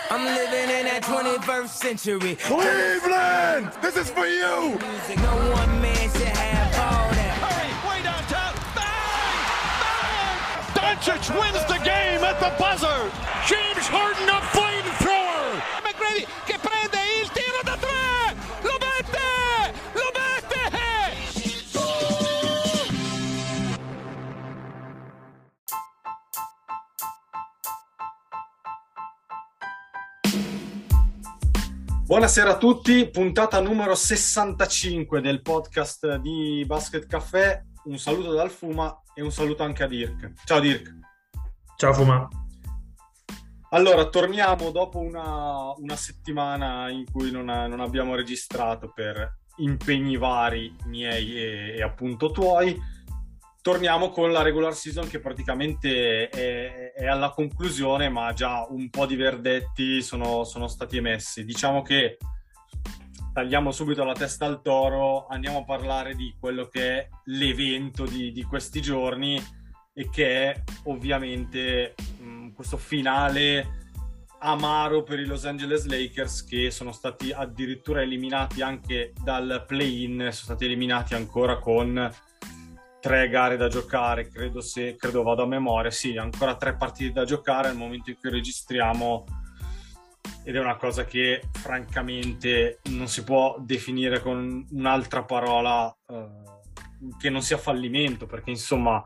I'm living in that 21st century. Cleveland, this is for you. No one man should have all that. Hurry, way downtown. Bang! Bang! Doncic wins the game at the buzzer. James Harden, a flamethrower. McGrady che prende il tiro da tre. Lo mette! Lo mette! Buonasera a tutti, puntata numero 65 del podcast di Basket Caffè. Un saluto dal Fuma e un saluto anche a Dirk. Ciao Dirk. Ciao Fuma. Allora, torniamo dopo una settimana in cui non abbiamo registrato per impegni vari miei e appunto tuoi. Torniamo con la regular season che praticamente è alla conclusione, ma già un po' di verdetti sono stati emessi. Diciamo che tagliamo subito la testa al toro, andiamo a parlare di quello che è l'evento di questi giorni e che è ovviamente questo finale amaro per i Los Angeles Lakers, che sono stati addirittura eliminati anche dal play-in, sono stati eliminati ancora con 3 gare da giocare, credo vado a memoria, sì, ancora 3 partite da giocare al momento in cui registriamo, ed è una cosa che francamente non si può definire con un'altra parola che non sia fallimento, perché insomma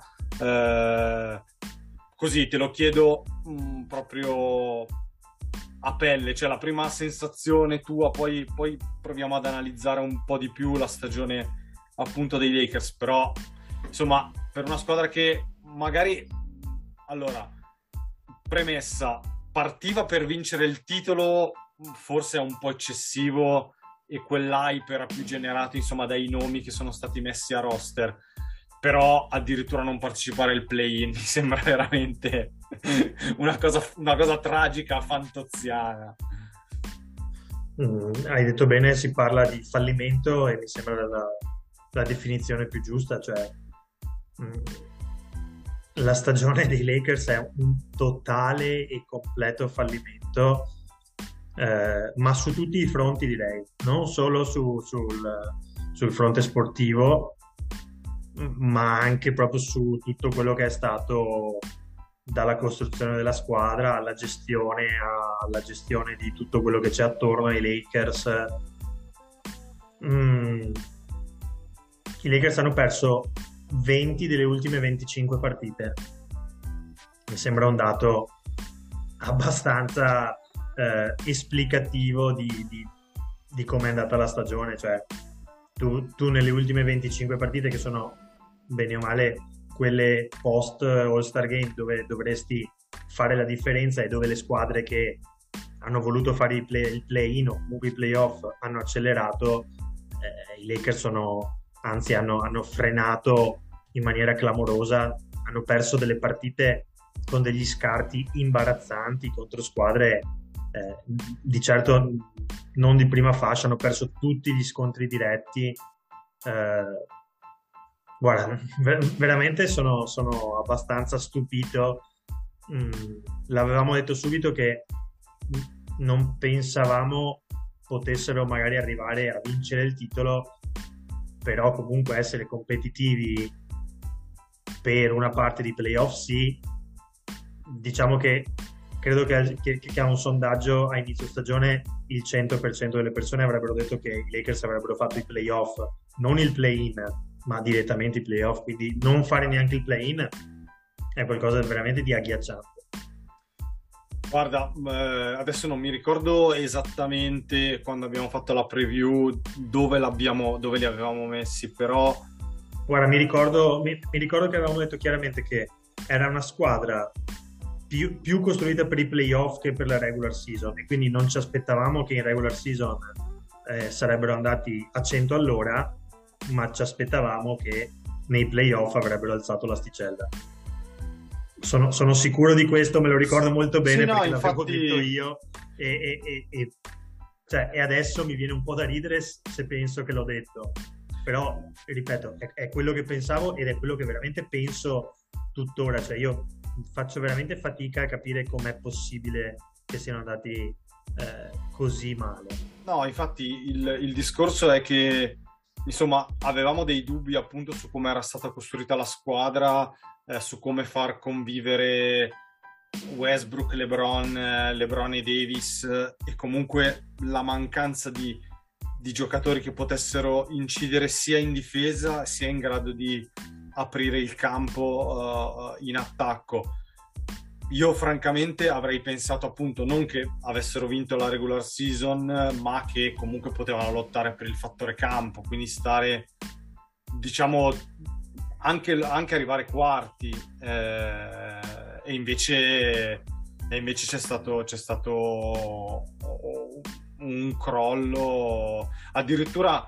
così te lo chiedo proprio a pelle, cioè la prima sensazione tua, poi proviamo ad analizzare un po' di più la stagione appunto dei Lakers. Però insomma, per una squadra che magari, allora, premessa, partiva per vincere il titolo, forse è un po' eccessivo, e quell'hype era più generato insomma dai nomi che sono stati messi a roster, però addirittura non partecipare al play-in mi sembra veramente una cosa tragica, fantoziana. Hai detto bene, si parla di fallimento e mi sembra la definizione più giusta, cioè la stagione dei Lakers è un totale e completo fallimento, ma su tutti i fronti, direi, non solo sul fronte sportivo, ma anche proprio su tutto quello che è stato, dalla costruzione della squadra alla gestione di tutto quello che c'è attorno ai Lakers. I Lakers hanno perso 20 delle ultime 25 partite. Mi sembra un dato abbastanza esplicativo di come è andata la stagione. Cioè, tu nelle ultime 25 partite, che sono bene o male quelle post All-Star Game, dove dovresti fare la differenza e dove le squadre che hanno voluto fare il play-in o comunque i playoff hanno accelerato, i Lakers hanno frenato in maniera clamorosa, hanno perso delle partite con degli scarti imbarazzanti contro squadre di certo non di prima fascia, hanno perso tutti gli scontri diretti. Guarda, veramente sono abbastanza stupito. L'avevamo detto subito che non pensavamo potessero magari arrivare a vincere il titolo, però comunque essere competitivi per una parte di playoff sì. Diciamo che credo che a un sondaggio a inizio stagione il 100% delle persone avrebbero detto che i Lakers avrebbero fatto i playoff, non il play-in, ma direttamente i playoff. Quindi non fare neanche il play-in è qualcosa veramente di agghiacciante. Guarda, adesso non mi ricordo esattamente quando abbiamo fatto la preview dove li avevamo messi, però guarda, mi ricordo che avevamo detto chiaramente che era una squadra più costruita per i playoff che per la regular season, e quindi non ci aspettavamo che in regular season sarebbero andati a 100 all'ora, ma ci aspettavamo che nei playoff avrebbero alzato l'asticella. Sono sicuro di questo, me lo ricordo molto bene, sì, perché l'avevo detto io e adesso mi viene un po' da ridere se penso che l'ho detto, però ripeto, è quello che pensavo ed è quello che veramente penso tuttora. Cioè io faccio veramente fatica a capire com'è possibile che siano andati così male. No, infatti il discorso è che insomma avevamo dei dubbi appunto su come era stata costruita la squadra, su come far convivere Westbrook, LeBron e Davis, e comunque la mancanza di giocatori che potessero incidere sia in difesa sia in grado di aprire il campo in attacco. Io francamente avrei pensato appunto non che avessero vinto la regular season, ma che comunque potevano lottare per il fattore campo, quindi stare, diciamo, anche arrivare quarti, e invece c'è stato un crollo addirittura.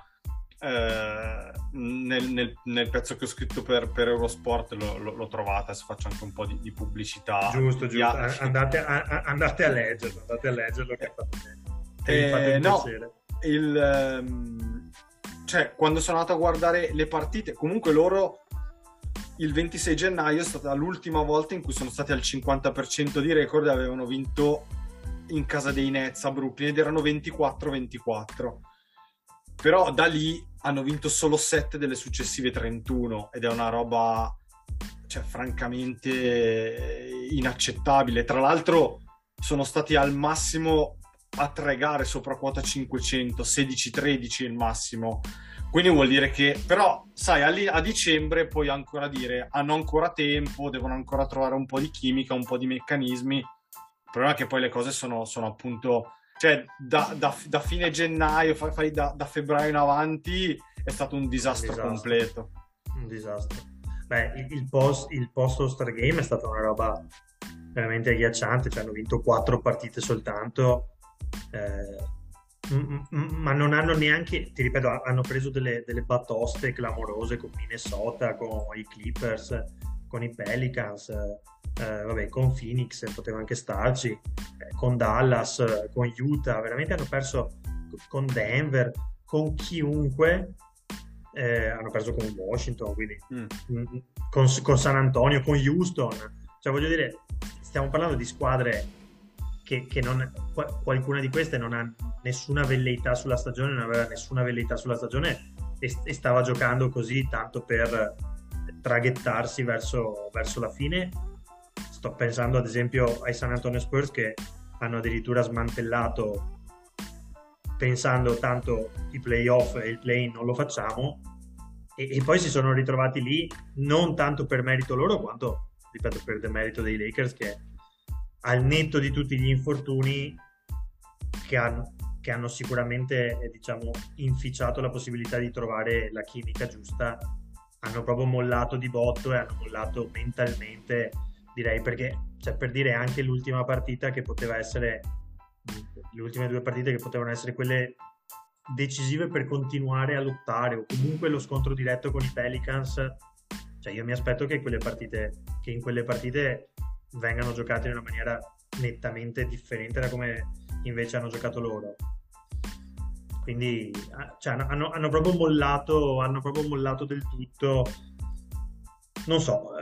Nel pezzo che ho scritto per Eurosport l'ho trovata, se faccio anche un po' di pubblicità. Giusto. Andate a leggerlo che fate piacere. Cioè, quando sono andato a guardare le partite, comunque loro il 26 gennaio è stata l'ultima volta in cui sono stati al 50% di record e avevano vinto in casa dei Nets a Brooklyn ed erano 24-24. Però da lì hanno vinto solo 7 delle successive 31 ed è una roba, cioè, francamente inaccettabile. Tra l'altro sono stati al massimo a 3 gare sopra quota 500, 16-13 il massimo. Quindi vuol dire che, però, sai, a dicembre puoi ancora dire hanno ancora tempo, devono ancora trovare un po' di chimica, un po' di meccanismi. Il problema è che poi le cose sono appunto... Cioè, da fine gennaio, fai da febbraio in avanti, è stato un disastro completo. Un disastro. Beh, il post All-Star Game è stata una roba veramente agghiacciante, cioè hanno vinto 4 partite soltanto, ma non hanno neanche, ti ripeto, hanno preso delle batoste clamorose con Minnesota, con i Clippers, con i Pelicans, con Phoenix poteva anche starci, con Dallas, con Utah, veramente hanno perso con Denver, con chiunque, hanno perso con Washington, quindi con San Antonio, con Houston, cioè voglio dire, stiamo parlando di squadre che non, qualcuna di queste non ha nessuna velleità sulla stagione, non aveva nessuna velleità sulla stagione e stava giocando così tanto per traghettarsi verso la fine. Sto pensando ad esempio ai San Antonio Spurs che hanno addirittura smantellato pensando tanto i playoff e il play-in non lo facciamo e poi si sono ritrovati lì non tanto per merito loro quanto, ripeto, per demerito dei Lakers che al netto di tutti gli infortuni che hanno sicuramente diciamo inficiato la possibilità di trovare la chimica giusta, hanno proprio mollato di botto e hanno mollato mentalmente, direi, perché cioè, per dire anche l'ultima partita che poteva essere, le ultime 2 partite che potevano essere quelle decisive per continuare a lottare o comunque lo scontro diretto con i Pelicans, cioè io mi aspetto che in quelle partite vengano giocate in una maniera nettamente differente da come invece hanno giocato loro. Quindi cioè, hanno proprio mollato del tutto. Non so,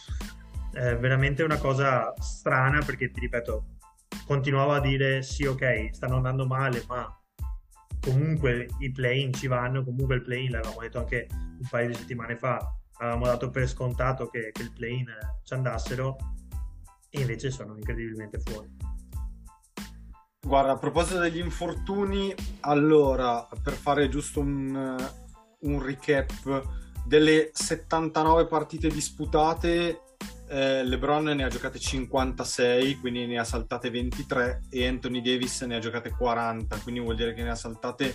è veramente una cosa strana perché ti ripeto, continuavo a dire sì, ok, stanno andando male, ma comunque i play-in ci vanno, comunque il play-in, l'avevamo detto anche un paio di settimane fa, avevamo dato per scontato che il play-in ci andassero e invece sono incredibilmente fuori. Guarda, a proposito degli infortuni, allora, per fare giusto un recap delle 79 partite disputate, LeBron ne ha giocate 56, quindi ne ha saltate 23 e Anthony Davis ne ha giocate 40, quindi vuol dire che ne ha saltate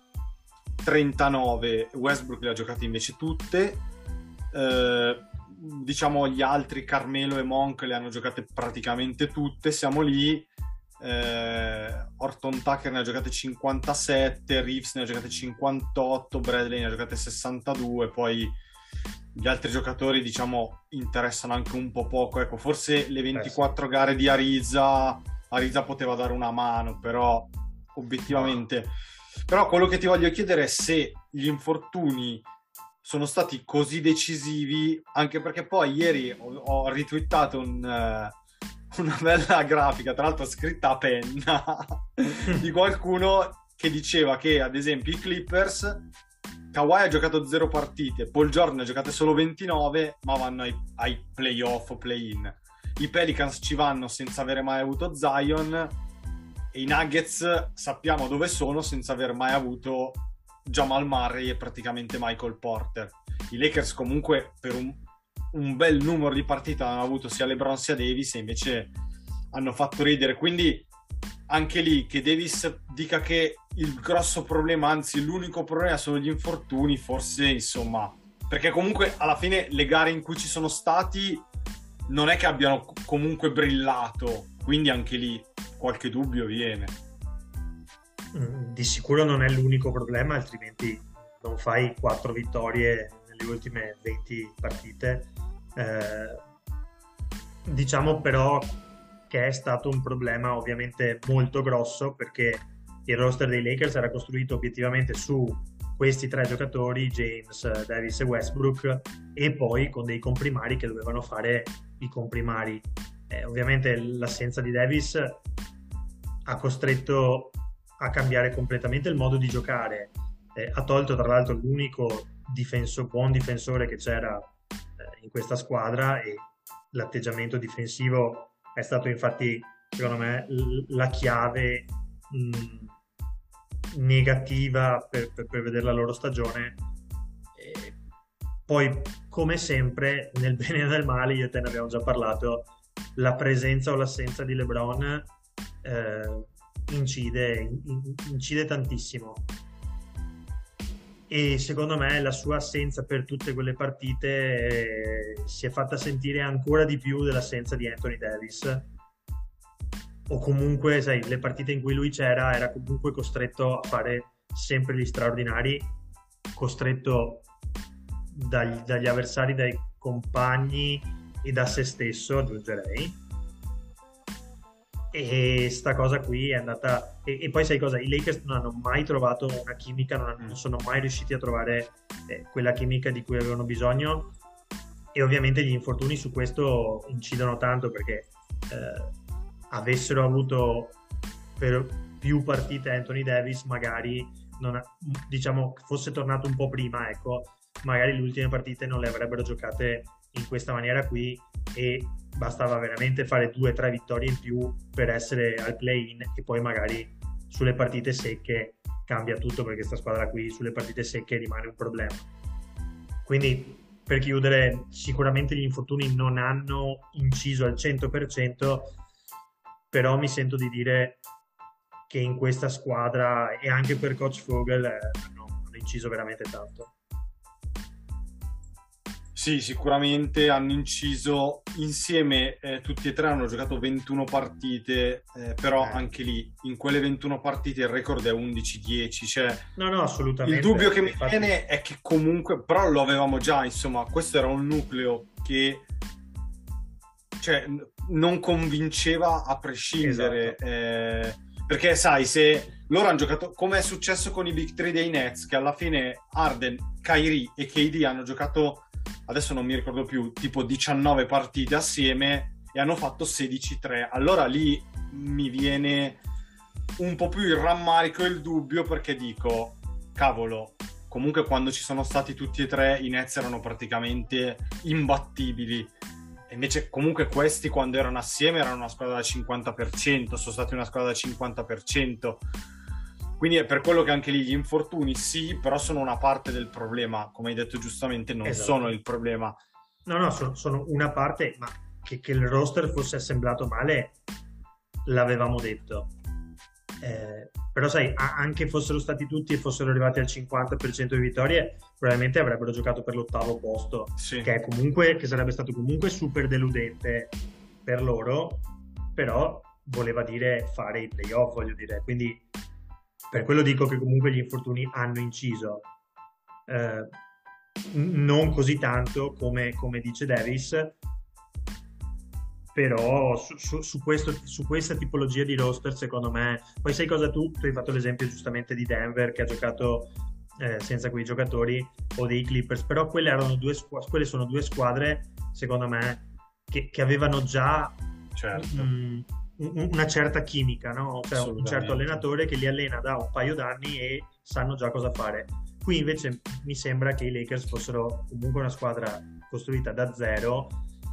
39. Westbrook le ha giocate invece tutte, diciamo gli altri, Carmelo e Monk, le hanno giocate praticamente tutte, siamo lì. Horton Tucker ne ha giocate 57, Reeves ne ha giocate 58, Bradley ne ha giocate 62, poi gli altri giocatori diciamo interessano anche un po' poco, ecco, forse le 24 gare di Ariza poteva dare una mano, però obiettivamente però quello che ti voglio chiedere è se gli infortuni sono stati così decisivi, anche perché poi ieri ho ritwittato una bella grafica, tra l'altro scritta a penna, di qualcuno che diceva che, ad esempio, i Clippers, Kawhi ha giocato 0 partite, Paul George ne ha giocate solo 29, ma vanno ai playoff o play-in. I Pelicans ci vanno senza avere mai avuto Zion, e i Nuggets sappiamo dove sono senza aver mai avuto Jamal Murray e praticamente Michael Porter. I Lakers comunque per un bel numero di partite hanno avuto sia LeBron sia Davis, e invece hanno fatto ridere. Quindi anche lì che Davis dica che il grosso problema, anzi l'unico problema, sono gli infortuni, forse, insomma, perché comunque alla fine le gare in cui ci sono stati non è che abbiano comunque brillato, quindi anche lì qualche dubbio viene. Di sicuro non è l'unico problema, altrimenti non fai 4 vittorie nelle ultime 20 partite. Diciamo però che è stato un problema ovviamente molto grosso, perché il roster dei Lakers era costruito obiettivamente su questi 3 giocatori, James, Davis e Westbrook, e poi con dei comprimari che dovevano fare i comprimari. Ovviamente l'assenza di Davis ha costretto a cambiare completamente il modo di giocare, ha tolto tra l'altro l'unico buon difensore che c'era in questa squadra, e l'atteggiamento difensivo è stato infatti secondo me la chiave negativa per vedere la loro stagione. Poi, come sempre, nel bene e nel male, io e te ne abbiamo già parlato, la presenza o l'assenza di LeBron incide tantissimo, e secondo me la sua assenza per tutte quelle partite si è fatta sentire ancora di più dell'assenza di Anthony Davis, o comunque, sai, le partite in cui lui c'era era comunque costretto a fare sempre gli straordinari, costretto dagli avversari, dai compagni e da se stesso, aggiungerei. E sta cosa qui è andata, e poi sai cosa, i Lakers non hanno mai trovato una chimica, non sono mai riusciti a trovare quella chimica di cui avevano bisogno, e ovviamente gli infortuni su questo incidono tanto, perché avessero avuto per più partite Anthony Davis, magari diciamo fosse tornato un po' prima, ecco, magari le ultime partite non le avrebbero giocate in questa maniera qui, e bastava veramente fare 2 o 3 vittorie in più per essere al play-in, e poi magari sulle partite secche cambia tutto, perché questa squadra qui sulle partite secche rimane un problema. Quindi, per chiudere, sicuramente gli infortuni non hanno inciso al 100%, però mi sento di dire che in questa squadra, e anche per coach Vogel, hanno inciso veramente tanto. Sì, sicuramente hanno inciso insieme, tutti e 3 hanno giocato 21 partite, però anche lì, in quelle 21 partite il record è 11-10, cioè no, assolutamente. Il dubbio che mi viene è che comunque, però lo avevamo già, insomma, questo era un nucleo che, cioè, non convinceva a prescindere, esatto. Perché sai, se loro hanno giocato, come è successo con i Big 3 dei Nets, che alla fine Harden, Kyrie e KD hanno giocato, adesso non mi ricordo più, tipo 19 partite assieme e hanno fatto 16-3. Allora lì mi viene un po' più il rammarico e il dubbio, perché dico, cavolo, comunque quando ci sono stati tutti e 3 i Nets erano praticamente imbattibili, e invece comunque questi quando erano assieme erano una squadra da 50%, sono stati una squadra da 50%. Quindi è per quello che anche lì gli infortuni sì, però sono una parte del problema, come hai detto giustamente, non sono il problema. No, sono una parte, ma che il roster fosse assemblato male l'avevamo detto. Però sai, anche fossero stati tutti e fossero arrivati al 50% di vittorie, probabilmente avrebbero giocato per l'8º posto, sì. che sarebbe stato comunque super deludente per loro, però voleva dire fare i playoff, voglio dire, quindi per quello dico che comunque gli infortuni hanno inciso, non così tanto come dice Davis, però su questa tipologia di roster, secondo me, poi sai cosa, tu hai fatto l'esempio giustamente di Denver che ha giocato senza quei giocatori, o dei Clippers, però quelle sono 2 squadre secondo me che avevano già certo. Una certa chimica, no? Cioè un certo Assolutamente. allenatore che li allena da un paio d'anni e sanno già cosa fare. Qui invece mi sembra che i Lakers fossero comunque una squadra costruita da zero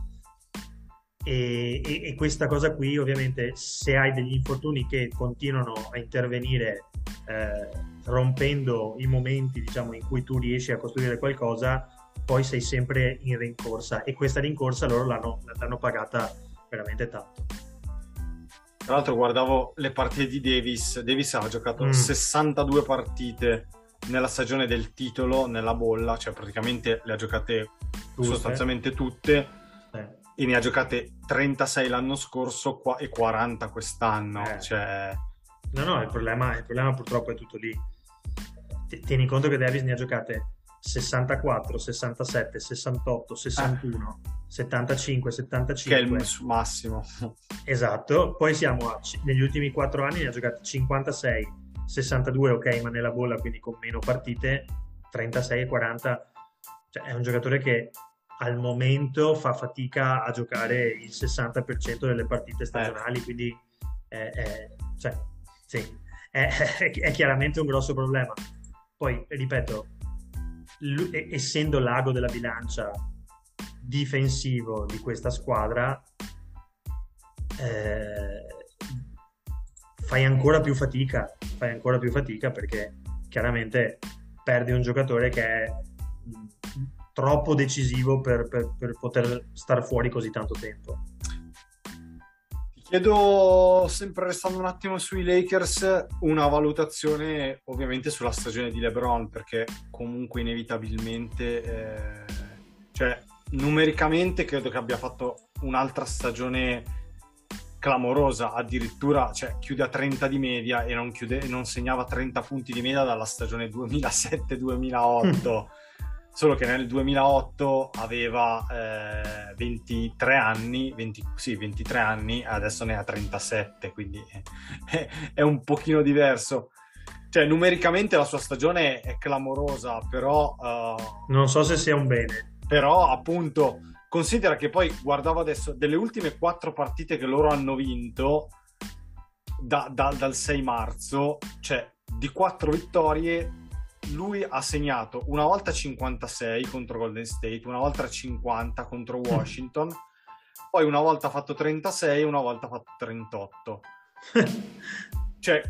e questa cosa qui ovviamente, se hai degli infortuni che continuano a intervenire rompendo i momenti, diciamo, in cui tu riesci a costruire qualcosa, poi sei sempre in rincorsa, e questa rincorsa loro l'hanno pagata veramente tanto. Tra l'altro guardavo le partite di Davis aveva giocato 62 partite nella stagione del titolo, nella bolla, cioè praticamente le ha giocate sostanzialmente tutte, e ne ha giocate 36 l'anno scorso e 40 quest'anno. Cioè... No, il problema purtroppo è tutto lì. Tieni conto che Davis ne ha giocate 64, 67, 68, 61, 75, 75. Che è il massimo. Esatto. Poi negli ultimi 4 anni ne ha giocate 56, 62, ok, ma nella bolla, quindi con meno partite, 36 e 40. Cioè, è un giocatore che al momento fa fatica a giocare il 60% delle partite stagionali, quindi cioè, sì, è chiaramente un grosso problema. Poi, ripeto, essendo l'ago della bilancia difensivo di questa squadra, fai ancora più fatica perché chiaramente perdi un giocatore che è troppo decisivo per poter star fuori così tanto tempo. Ti chiedo, sempre restando un attimo sui Lakers, una valutazione ovviamente sulla stagione di LeBron, perché comunque inevitabilmente cioè numericamente credo che abbia fatto un'altra stagione clamorosa, addirittura, cioè, chiude a 30 di media e non segnava 30 punti di media dalla stagione 2007-2008. Solo che nel 2008 aveva 23 anni, 23 anni, adesso ne ha 37, quindi è un pochino diverso. Cioè, numericamente la sua stagione è clamorosa, però... non so se sia un bene. Però, appunto, considera che poi, guardavo adesso, delle ultime 4 partite che loro hanno vinto dal 6 marzo, cioè, di 4 vittorie... lui ha segnato una volta 56 contro Golden State, una volta 50 contro Washington, poi una volta ha fatto 36 e una volta ha fatto 38. Cioè,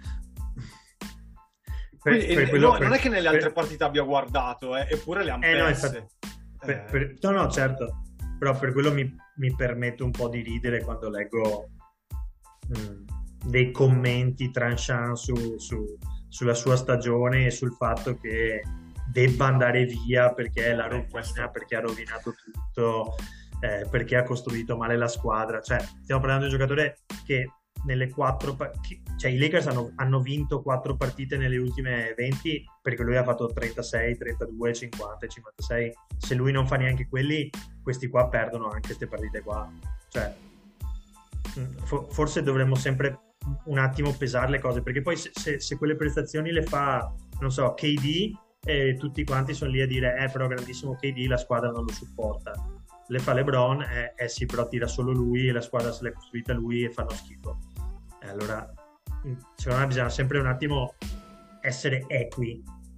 non è che nelle altre partite abbia guardato, eppure le hanno perse. No, certo, però per quello mi permetto un po' di ridere quando leggo dei commenti tranchant sulla sua stagione e sul fatto che debba andare via perché è la rovina, perché ha rovinato tutto, perché ha costruito male la squadra. Cioè, stiamo parlando di un giocatore che nelle 4 cioè i Lakers hanno vinto 4 partite nelle ultime 20 perché lui ha fatto 36, 32, 50, 56. Se lui non fa neanche quelli, questi qua perdono anche queste partite qua. Cioè, forse dovremmo sempre un attimo pesare le cose, perché poi se quelle prestazioni le fa, non so, KD, tutti quanti sono lì a dire però grandissimo KD, la squadra non lo supporta. Le fa LeBron, sì, però tira solo lui e la squadra se l'è costruita lui e fanno schifo. Allora secondo me bisogna sempre un attimo essere equi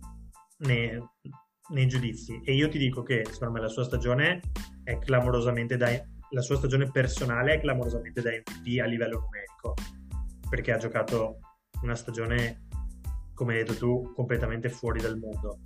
nei giudizi, e io ti dico che secondo me la sua stagione è clamorosamente la sua stagione personale è clamorosamente da MVP a livello numerico, perché ha giocato una stagione, come hai detto tu, completamente fuori dal mondo.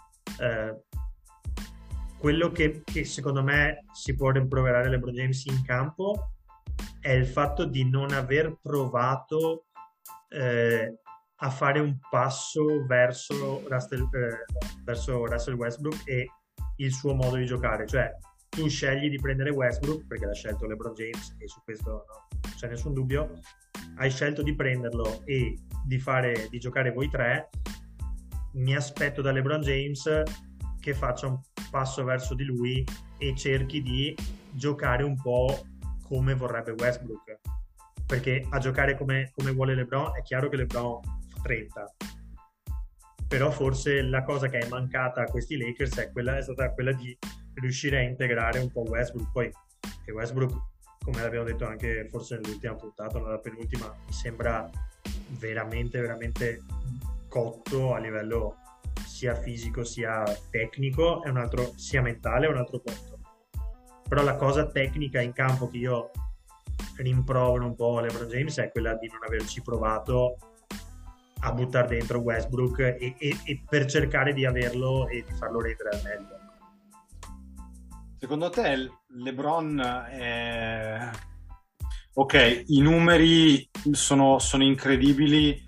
Quello che secondo me si può rimproverare LeBron James in campo è il fatto di non aver provato a fare un passo verso Russell Westbrook e il suo modo di giocare. Cioè, tu scegli di prendere Westbrook perché l'ha scelto LeBron James, e su questo non c'è nessun dubbio. Hai scelto di prenderlo e di giocare voi tre. Mi aspetto da LeBron James che faccia un passo verso di lui e cerchi di giocare un po' come vorrebbe Westbrook, perché a giocare come vuole LeBron è chiaro che LeBron fa 30, però forse la cosa che è mancata a questi Lakers è stata quella di riuscire a integrare un po' Westbrook. Poi che Westbrook come l'abbiamo detto anche forse nell'ultima puntata, nella penultima, mi sembra veramente, veramente cotto a livello sia fisico sia tecnico, sia mentale, è un altro conto. Però la cosa tecnica in campo che io rimprovero un po' LeBron James è quella di non averci provato a buttare dentro Westbrook e per cercare di averlo e di farlo rendere al meglio. Secondo te LeBron è... Ok, i numeri sono incredibili,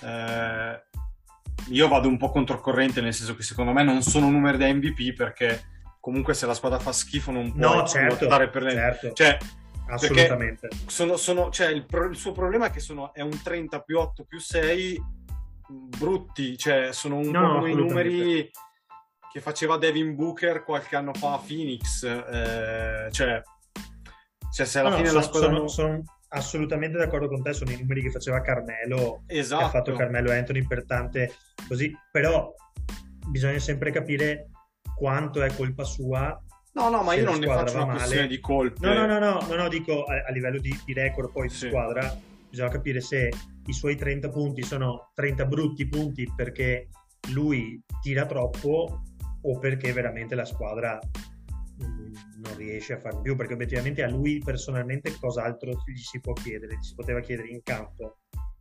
io vado un po' controcorrente, nel senso che secondo me non sono numeri da MVP, perché comunque se la squadra fa schifo non puoi lottare per certo. Cioè, assolutamente. Cioè, il suo problema è che è un 30 più 8 più 6 brutti, cioè sono un po' come i numeri che faceva Devin Booker qualche anno fa a Phoenix, cioè se alla fine la squadra sono assolutamente d'accordo con te, sono i numeri che faceva Carmelo, esatto, che ha fatto Carmelo Anthony per tante così, però bisogna sempre capire quanto è colpa sua. No, ma io non ne faccio una questione di colpe. No, dico a livello di record poi di squadra, bisogna capire se i suoi 30 punti sono 30 brutti punti perché lui tira troppo o perché veramente la squadra non riesce a fare più, perché obiettivamente a lui personalmente cos'altro gli si può chiedere, gli si poteva chiedere in campo.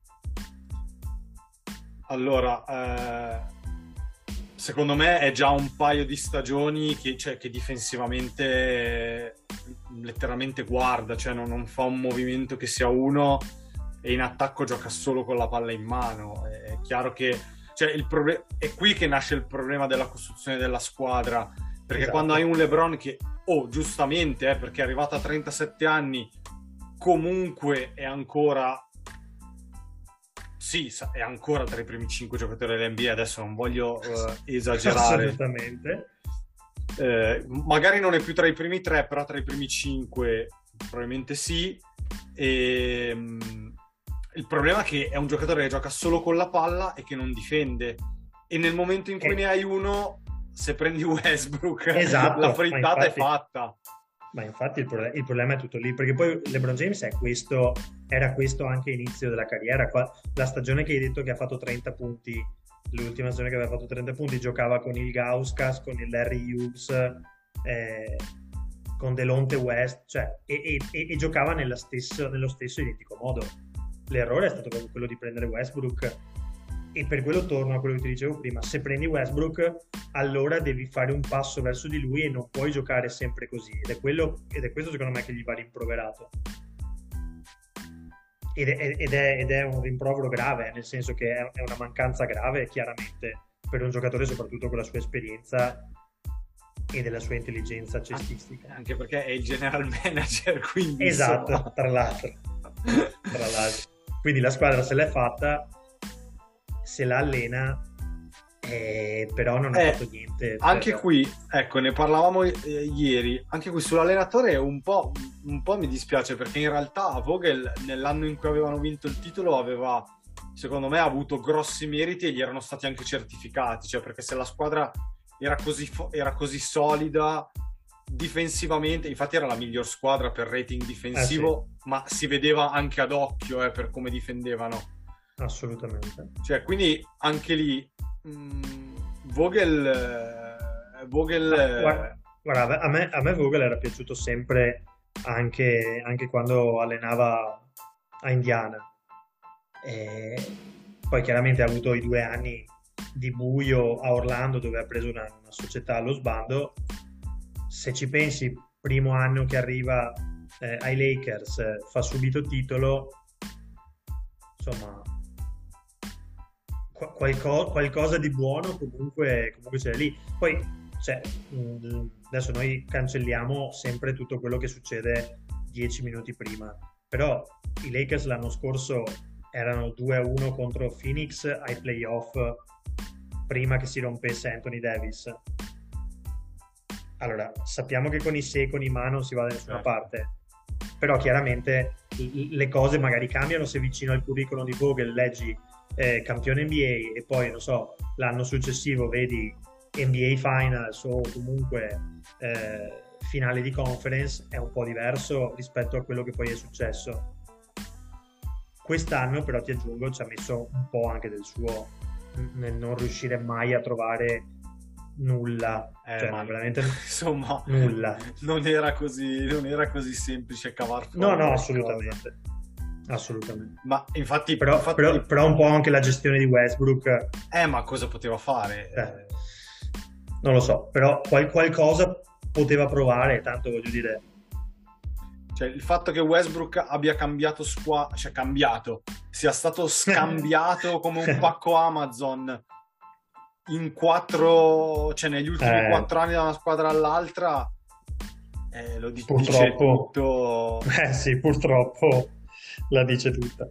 Allora, secondo me è già un paio di stagioni che difensivamente letteralmente guarda, cioè non fa un movimento che sia uno, e in attacco gioca solo con la palla in mano. È chiaro che è qui che nasce il problema della costruzione della squadra, perché esatto. Quando hai un LeBron che giustamente perché è arrivato a 37 anni, comunque è ancora è ancora tra i primi 5 giocatori dell'NBA. Adesso non voglio esagerare assolutamente, magari non è più tra i primi 3, però tra i primi 5 probabilmente sì. E il problema è che è un giocatore che gioca solo con la palla e che non difende, e nel momento in cui ne hai uno, se prendi Westbrook, esatto, la frittata è fatta. Ma infatti il problema è tutto lì, perché poi LeBron James era questo anche inizio della carriera. La stagione che hai detto che ha fatto 30 punti, l'ultima stagione che aveva fatto 30 punti, giocava con il Gauskas, con il Larry Hughes, con Delonte West, cioè, e giocava nello stesso identico modo. L'errore è stato proprio quello di prendere Westbrook, e per quello torno a quello che ti dicevo prima: se prendi Westbrook, allora devi fare un passo verso di lui e non puoi giocare sempre così, ed è questo secondo me che gli va rimproverato, ed è un rimprovero grave, nel senso che è una mancanza grave chiaramente per un giocatore, soprattutto con la sua esperienza e della sua intelligenza cestistica, anche perché è il general manager, quindi esatto, tra l'altro. Quindi la squadra se l'è fatta, se la allena, però non ha fatto niente. Anche qui, ecco, ne parlavamo ieri, anche qui sull'allenatore un po' mi dispiace, perché in realtà Vogel nell'anno in cui avevano vinto il titolo aveva, secondo me, avuto grossi meriti, e gli erano stati anche certificati, cioè perché se la squadra era così solida difensivamente, infatti era la miglior squadra per rating difensivo, sì. Ma si vedeva anche ad occhio per come difendevano. Assolutamente. Cioè, quindi anche lì Vogel guarda, a me Vogel era piaciuto sempre, anche quando allenava a Indiana, e poi chiaramente ha avuto i 2 anni di buio a Orlando, dove ha preso una società allo sbando. Se ci pensi, primo anno che arriva ai Lakers, fa subito titolo, insomma qualcosa di buono comunque c'è lì. Poi adesso noi cancelliamo sempre tutto quello che succede 10 minuti prima, però i Lakers l'anno scorso erano 2-1 contro Phoenix ai playoff, prima che si rompesse Anthony Davis. Allora, sappiamo che con i se e con i ma non si va da nessuna parte, però chiaramente le cose magari cambiano se vicino al curriculum di Vogel leggi campione NBA e poi, non so, l'anno successivo vedi NBA Finals o comunque finale di conference è un po' diverso rispetto a quello che poi è successo. Quest'anno però ti aggiungo ci ha messo un po' anche del suo nel non riuscire mai a trovare nulla, cioè ma veramente insomma nulla. Non era così semplice cavar fuori No, qualcosa. assolutamente. Ma infatti Però un po' anche la gestione di Westbrook, ma cosa poteva fare? non lo so, però qualcosa poteva provare, tanto voglio dire. Cioè, il fatto che Westbrook abbia cambiato sia stato scambiato come un pacco Amazon in 4, cioè negli ultimi 4 anni da una squadra all'altra, lo dice tutto. Sì, purtroppo la dice tutta.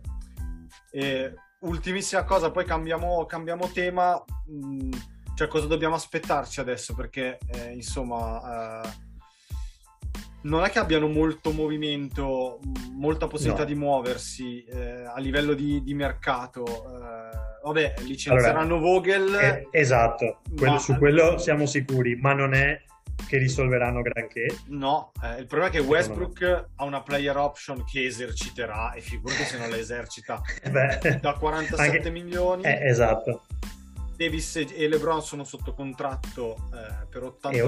Ultimissima cosa, poi cambiamo tema. Cioè, cosa dobbiamo aspettarci adesso? Perché insomma non è che abbiano molto movimento, molta possibilità di muoversi a livello di mercato. Vabbè, licenzieranno Vogel. Esatto, su quello siamo sicuri, ma non è che risolveranno granché. No, il problema è che Westbrook ha una player option che eserciterà, e figurati se non la esercita, da 47 milioni. Esatto. Davis e LeBron sono sotto contratto per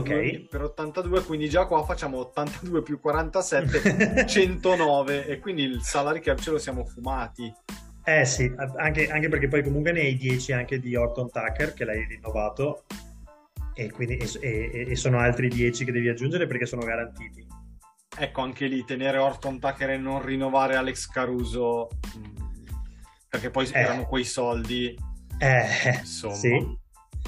82, quindi già qua facciamo 82 più 47 109, e quindi il salary cap ce lo siamo fumati. Sì, anche perché poi comunque ne hai 10 anche di Horton Tucker che l'hai rinnovato, e quindi e sono altri 10 che devi aggiungere perché sono garantiti. Ecco, anche lì tenere Horton Tucker e non rinnovare Alex Caruso, perché poi erano quei soldi. Insomma. Sì.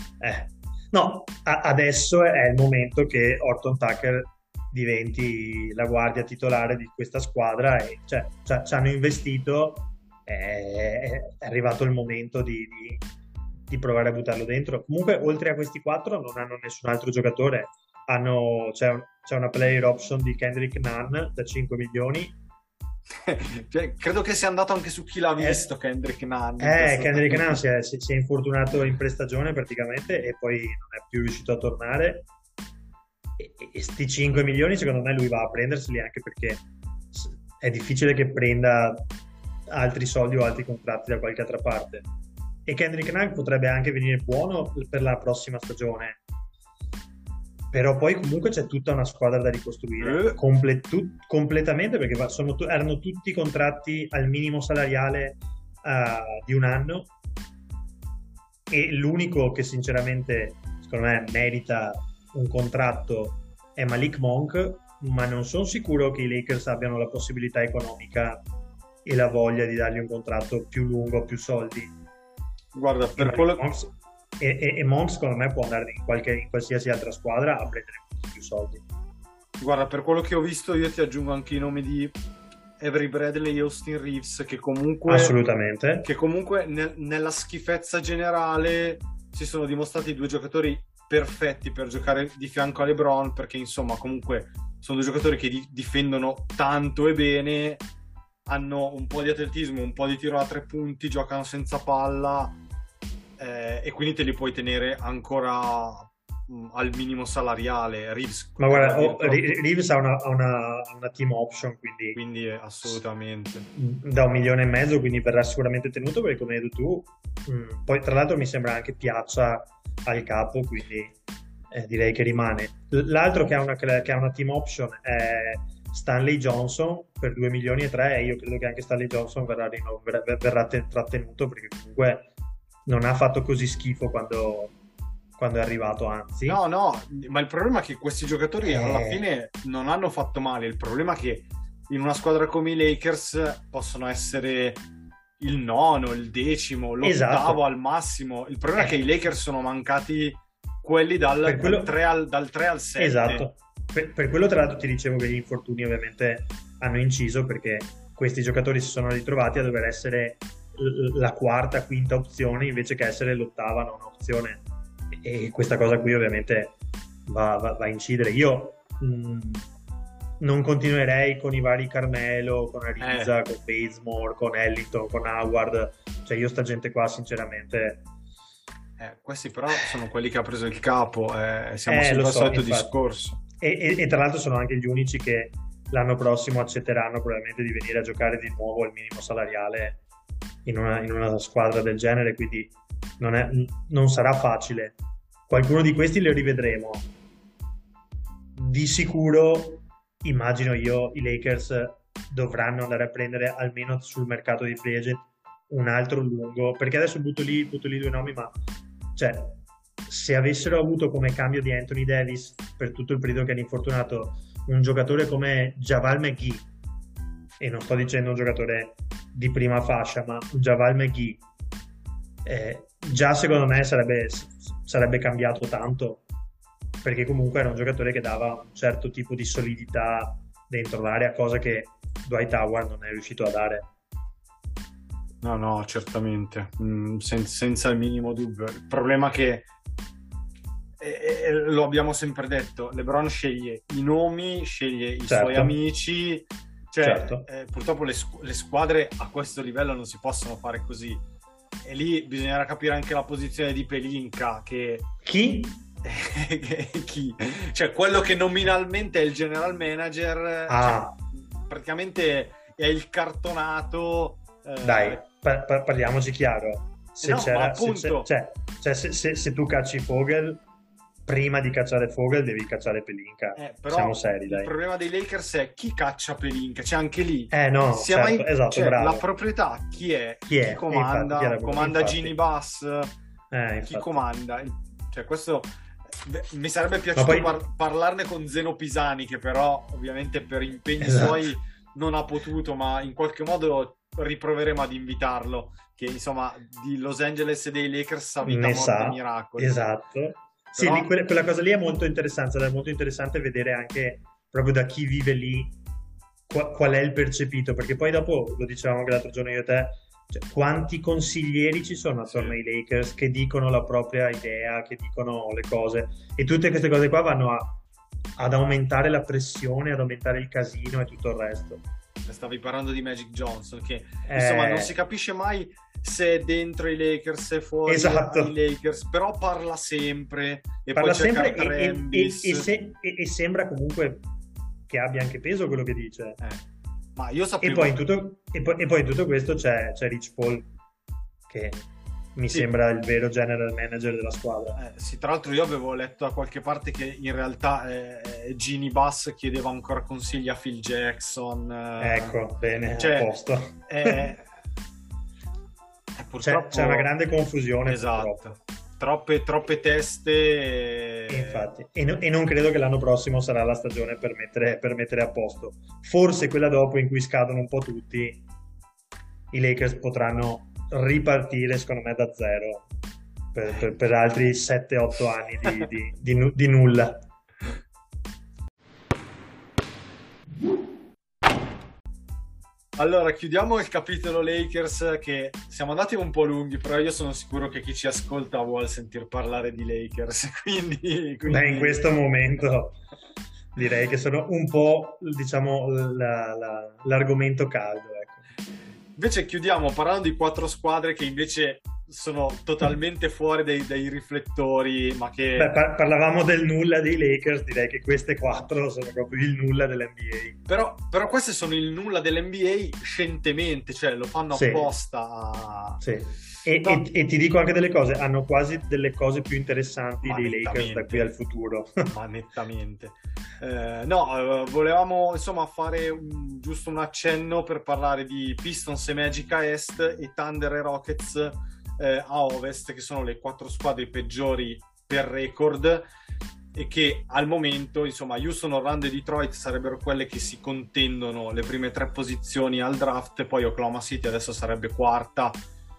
No, adesso è il momento che Horton Tucker diventi la guardia titolare di questa squadra, e cioè, ci hanno investito, è arrivato il momento di provare a buttarlo dentro. Comunque oltre a questi 4 non hanno nessun altro giocatore, c'è una player option di Kendrick Nunn da 5 milioni. Cioè, credo che sia andato anche su Chi l'ha visto Kendrick Nunn. Kendrick Nunn si è infortunato in prestagione praticamente, e poi non è più riuscito a tornare, e sti 5 milioni secondo me lui va a prenderseli, anche perché è difficile che prenda altri soldi o altri contratti da qualche altra parte, e Kendrick Nunn potrebbe anche venire buono per la prossima stagione. Però poi comunque c'è tutta una squadra da ricostruire completamente, perché erano tutti contratti al minimo salariale di un anno, e l'unico che sinceramente secondo me merita un contratto è Malik Monk, ma non sono sicuro che i Lakers abbiano la possibilità economica e la voglia di dargli un contratto più lungo, più soldi. Guarda, per quello... E Monk secondo me può andare in qualsiasi altra squadra a prendere più soldi. Guarda, per quello che ho visto io ti aggiungo anche i nomi di Avery Bradley e Austin Reeves, che comunque assolutamente, nella schifezza generale si sono dimostrati 2 giocatori perfetti per giocare di fianco a LeBron, perché insomma comunque sono 2 giocatori che difendono tanto e bene, hanno un po' di atletismo, un po' di tiro a 3 punti, giocano senza palla, e quindi te li puoi tenere ancora al minimo salariale. Reeves, ma guarda, Reeves ha una team option, quindi assolutamente da 1,5 milioni, quindi verrà sicuramente tenuto, perché come hai detto tu, poi tra l'altro mi sembra anche piaccia al capo, quindi direi che rimane. L'altro che ha una team option è Stanley Johnson per 2,3 milioni, e io credo che anche Stanley Johnson verrà trattenuto, perché comunque non ha fatto così schifo quando è arrivato, anzi. No, ma il problema è che questi giocatori alla fine non hanno fatto male. Il problema è che in una squadra come i Lakers possono essere il 9º, il 10º, l'8º, esatto, al massimo. Il problema è che i Lakers sono mancati quelli dal 3 al 7. Esatto. Per quello tra l'altro ti dicevo che gli infortuni ovviamente hanno inciso, perché questi giocatori si sono ritrovati a dover essere la quarta, quinta opzione invece che essere l'8ª nona opzione, e questa cosa qui ovviamente va a incidere. Io non continuerei con i vari Carmelo, con Ariza, con Bazemore, con Ellington, con Howard, cioè io sta gente qua sinceramente questi però sono quelli che ha preso il capo, siamo sempre al solito discorso. e tra l'altro sono anche gli unici che l'anno prossimo accetteranno probabilmente di venire a giocare di nuovo al minimo salariale in una squadra del genere, quindi non sarà facile. Qualcuno di questi li rivedremo. Di sicuro, immagino io, i Lakers dovranno andare a prendere almeno sul mercato di free agent un altro lungo, perché adesso butto lì due nomi, ma cioè, se avessero avuto come cambio di Anthony Davis per tutto il periodo che è infortunato un giocatore come Javal McGee, e non sto dicendo un giocatore di prima fascia, ma Javal McGee, già secondo me sarebbe cambiato tanto, perché comunque era un giocatore che dava un certo tipo di solidità dentro l'area, cosa che Dwight Howard non è riuscito a dare. No, certamente, senza il minimo dubbio. Il problema è che lo abbiamo sempre detto, LeBron sceglie i nomi, sceglie i suoi amici, cioè certo. Purtroppo le squadre a questo livello non si possono fare così, e lì bisognerà capire anche la posizione di Pelinka, che chi? Cioè quello che nominalmente è il general manager, cioè, praticamente è il cartonato. Dai, parliamoci chiaro. Se tu cacci Vogel, prima di cacciare Vogel devi cacciare Pelinka. Però siamo seri, dai. Il problema dei Lakers è chi caccia Pelinka, cioè anche lì no, certo, esatto, cioè, bravo. la proprietà chi comanda? Infatti, comanda Ginny Bass? Infatti. Chi comanda? Cioè questo mi sarebbe piaciuto parlarne con Zeno Pisani, che però ovviamente per impegni suoi non ha potuto, ma in qualche modo riproveremo ad invitarlo, che insomma di Los Angeles e dei Lakers sa vita, morte e miracoli. Esatto. Però... Sì, quella cosa lì è molto interessante, è molto interessante vedere anche proprio da chi vive lì qual è il percepito, perché poi dopo, lo dicevamo anche l'altro giorno io e te, cioè, quanti consiglieri ci sono attorno ai Lakers che dicono la propria idea, che dicono le cose, e tutte queste cose qua vanno ad aumentare la pressione, ad aumentare il casino e tutto il resto. Stavi parlando di Magic Johnson, che insomma non si capisce mai se è dentro i Lakers, se è fuori i Lakers, però parla sempre e parla poi sempre e sembra comunque che abbia anche peso quello che dice. Ma io sapevo... E poi in tutto questo c'è Rich Paul, che mi sembra il vero general manager della squadra. Sì, tra l'altro io avevo letto da qualche parte che in realtà Ginny Bass chiedeva ancora consigli a Phil Jackson. Ecco, bene, a posto. Purtroppo... c'è una grande confusione. Esatto. Troppe teste. Infatti, e non credo che l'anno prossimo sarà la stagione per mettere a posto. Forse quella dopo, in cui scadono un po' tutti, i Lakers potranno ripartire secondo me da zero per altri 7-8 anni di nulla. Allora, chiudiamo il capitolo Lakers, che siamo andati un po' lunghi, però io sono sicuro che chi ci ascolta vuole sentir parlare di Lakers, quindi... Beh, in questo momento direi che sono un po', diciamo, l'argomento caldo, ecco. Invece chiudiamo parlando di 4 squadre che invece sono totalmente fuori dai riflettori, ma che... Beh, parlavamo del nulla dei Lakers, direi che queste 4 sono proprio il nulla dell'NBA. Però queste sono il nulla dell'NBA scientemente, cioè lo fanno apposta. Sì. E ti dico anche delle cose, hanno quasi delle cose più interessanti dei Lakers da qui al futuro. Ma nettamente. Volevamo insomma fare giusto un accenno per parlare di Pistons e Magic a Est e Thunder e Rockets a Ovest, che sono le 4 squadre peggiori per record e che al momento, insomma, Houston, Orlando e Detroit sarebbero quelle che si contendono le prime 3 posizioni al draft, poi Oklahoma City adesso sarebbe quarta.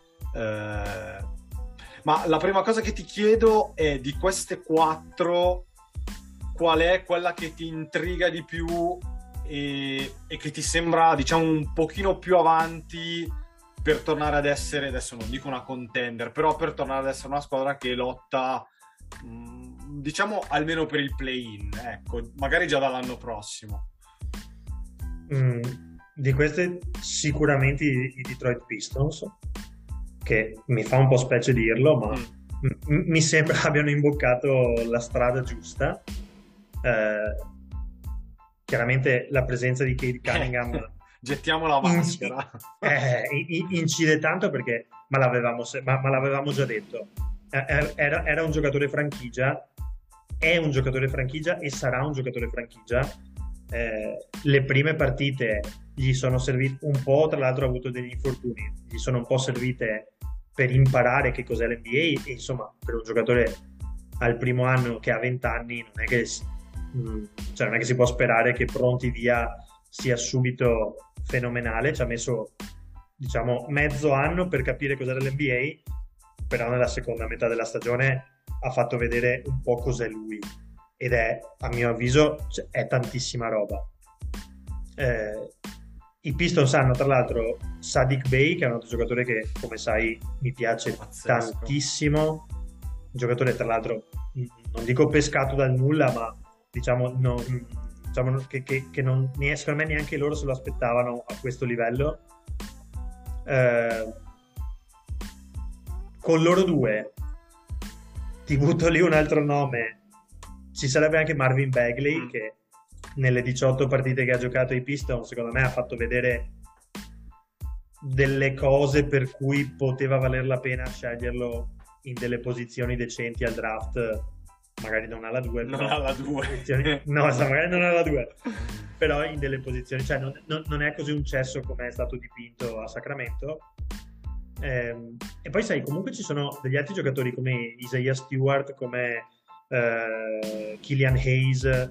Ma la prima cosa che ti chiedo è, di queste 4, qual è quella che ti intriga di più e che ti sembra, diciamo, un pochino più avanti per tornare ad essere, adesso non dico una contender, però per tornare ad essere una squadra che lotta, diciamo, almeno per il play-in, ecco, magari già dall'anno prossimo. Di queste sicuramente i Detroit Pistons, che mi fa un po' specie dirlo, ma mi sembra abbiano imboccato la strada giusta. chiaramente la presenza di Cade Cunningham gettiamo la maschera. Incide tanto perché ma l'avevamo già detto. Era un giocatore franchigia, è un giocatore franchigia e sarà un giocatore franchigia. Le prime partite gli sono servite un po', tra l'altro ha avuto degli infortuni, gli sono un po' servite per imparare che cos'è l'NBA e insomma per un giocatore al primo anno che ha 20 anni non è che si può sperare che pronti via sia subito fenomenale. Ci ha messo diciamo mezzo anno per capire cos'era l'NBA, però nella seconda metà della stagione ha fatto vedere un po' cos'è lui ed è, a mio avviso, è tantissima roba. I Pistons hanno tra l'altro Saddiq Bey, che è un altro giocatore che come sai mi piace tantissimo, un giocatore tra l'altro non dico pescato dal nulla, ma diciamo che non, secondo me neanche loro se lo aspettavano a questo livello. Con loro due ti butto lì un altro nome, ci sarebbe anche Marvin Bagley che nelle 18 partite che ha giocato ai Pistons secondo me ha fatto vedere delle cose per cui poteva valer la pena sceglierlo in delle posizioni decenti al draft, magari non alla 2 non alla 2 no, magari non alla 2 però in delle posizioni, cioè non è così un cesso come è stato dipinto a Sacramento. E poi sai, comunque ci sono degli altri giocatori come Isaiah Stewart, come Killian Hayes